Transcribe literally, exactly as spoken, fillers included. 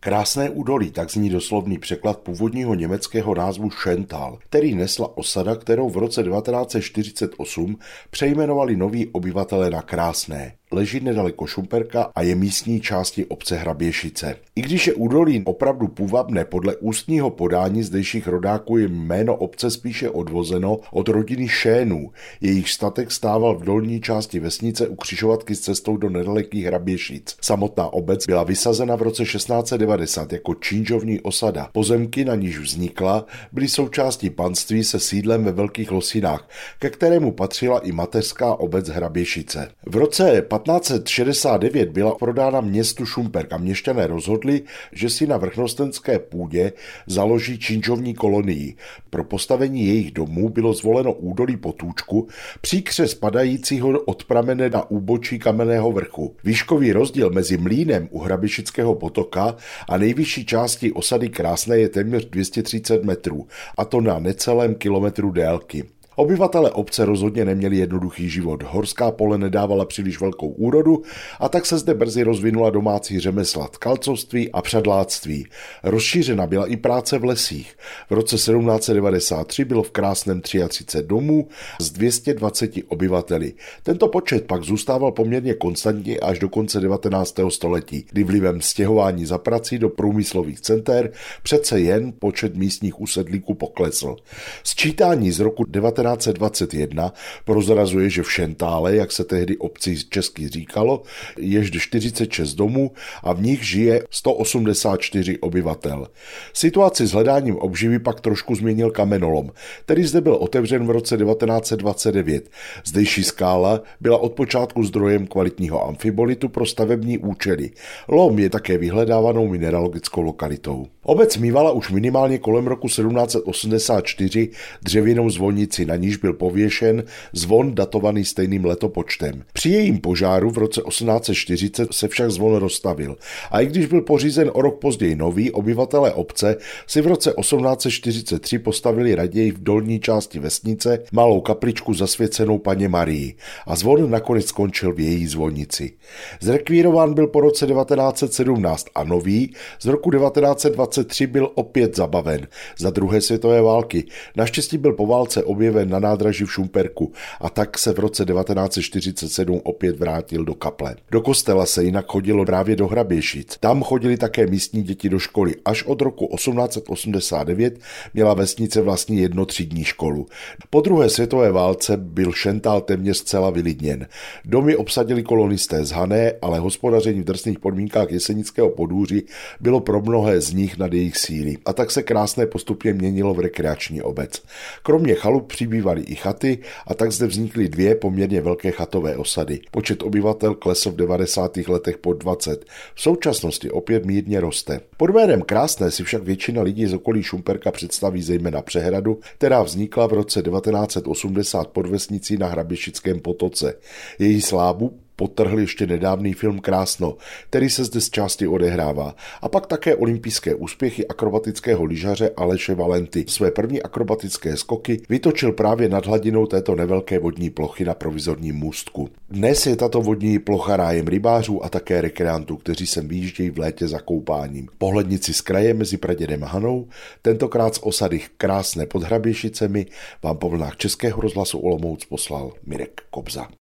Krásné údolí, tak zní doslovný překlad původního německého názvu Schöntal, který nesla osada, kterou v roce devatenáct set čtyřicet osm přejmenovali noví obyvatelé na Krásné. Leží nedaleko Šumperka a je místní části obce Hraběšice. I když je údolí opravdu půvabné, podle ústního podání zdejších rodáků je jméno obce spíše odvozeno od rodiny Šénů. Jejich statek stával v dolní části vesnice u křižovatky s cestou do nedalekých Hraběšic. Samotná obec byla vysazena v roce šestnáct set devadesát jako činžovní osada. Pozemky, na níž vznikla, byly součástí panství se sídlem ve Velkých Losinách, ke kterému patřila i mateřská obec Hraběšice. V roce patnáct set šedesát devět byla prodána městu Šumperk a měšťané rozhodli, že si na vrchnostenské půdě založí činžovní kolonii. Pro postavení jejich domů bylo zvoleno údolí Potůčku, příkře spadajícího od pramene na úbočí Kamenného vrchu. Výškový rozdíl mezi mlýnem u Hraběšického potoka a nejvyšší částí osady Krásné je téměř dvě stě třicet metrů, a to na necelém kilometru délky. Obyvatele obce rozhodně neměli jednoduchý život. Horská pole nedávala příliš velkou úrodu a tak se zde brzy rozvinula domácí řemesla, tkalcovství a přadláctví. Rozšířena byla i práce v lesích. V roce sedmnáct set devadesát tři bylo v Krásném třicet tři domů s dvěma sty dvaceti obyvateli. Tento počet pak zůstával poměrně konstantní až do konce devatenáctého století, kdy vlivem stěhování za prací do průmyslových center přece jen počet místních usedlíků poklesl. Sčítání z roku devatenáct set dvacet jedna prozrazuje, že v Schöntále, jak se tehdy obci česky říkalo, je čtyřicet šest domů a v nich žije sto osmdesát čtyři obyvatel. Situaci s hledáním obživy pak trošku změnil kamenolom, který zde byl otevřen v roce devatenáct set dvacet devět. Zdejší skála byla od počátku zdrojem kvalitního amfibolitu pro stavební účely. Lom je také vyhledávanou mineralogickou lokalitou. Obec mívala už minimálně kolem roku sedmnáct set osmdesát čtyři dřevěnou zvonici, na níž byl pověšen zvon datovaný stejným letopočtem. Při jejím požáru v roce osmnáct set čtyřicet se však zvon rozstavil a i když byl pořízen o rok později nový, obyvatelé obce si v roce osmnáct set čtyřicet tři postavili raději v dolní části vesnice malou kapličku zasvěcenou Panně Marii a zvon nakonec skončil v její zvonici. Zrekvírován byl po roce devatenáct set sedmnáct a nový z roku devatenáct set dvacet tři byl opět zabaven za druhé světové války. Naštěstí byl po válce objeven na nádraží v Šumperku a tak se v roce devatenáct set čtyřicet sedm opět vrátil do kaple. Do kostela se jinak chodilo právě do Hraběšic. Tam chodili také místní děti do školy. Až od roku osmnáct set osmdesát devět měla vesnice vlastní jednotřídní školu. Po druhé světové válce byl Schöntal téměř zcela vylidněn. Domy obsadili kolonisté z Hané, ale hospodaření v drsných podmínkách jesenického Podhůří bylo pro mnohé z nich nad jejich síly. A tak se Krásné postupně měnilo v rekreační obec. Kromě chalup přibývaly i chaty a tak zde vznikly dvě poměrně velké chatové osady. Počet obyvatel klesl v devadesátých letech pod dvacet. V současnosti opět mírně roste. Pod jménem Krásné si však většina lidí z okolí Šumperka představí zejména přehradu, která vznikla v roce devatenáct set osmdesát pod vesnicí na Hraběšickém potoce. Její slávu podtrhl ještě nedávný film Krásno, který se zde z části odehrává, a pak také olympijské úspěchy akrobatického lyžaře Aleše Valenty. Své první akrobatické skoky vytočil právě nad hladinou této nevelké vodní plochy na provizorním můstku. Dnes je tato vodní plocha rájem rybářů a také rekreantů, kteří sem vyjíždějí v létě za koupáním. Pohlednici z kraje mezi pradědem Hanou, tentokrát z osady Krásné pod Hraběšicemi, vám po vlnách Českého rozhlasu Olomouc poslal Mirek Kobza.